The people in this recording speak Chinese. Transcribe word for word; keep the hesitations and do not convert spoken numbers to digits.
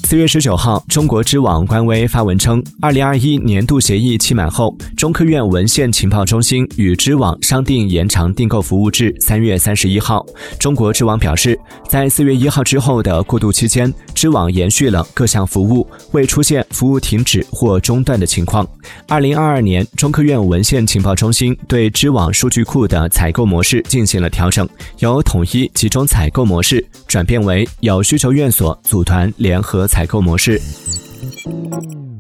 四月十九号，中国知网官微发文称，二零二一年度协议期满后，中科院文献情报中心与知网商定延长订购服务至三月三十一号。中国知网表示，在四月一号之后的过渡期间，知网延续了各项服务，未出现服务停止或中断的情况。二零二二年，中科院文献情报中心对知网数据库的采购模式进行了调整，由统一集中采购模式转变为有需求院所组团联合采购模式。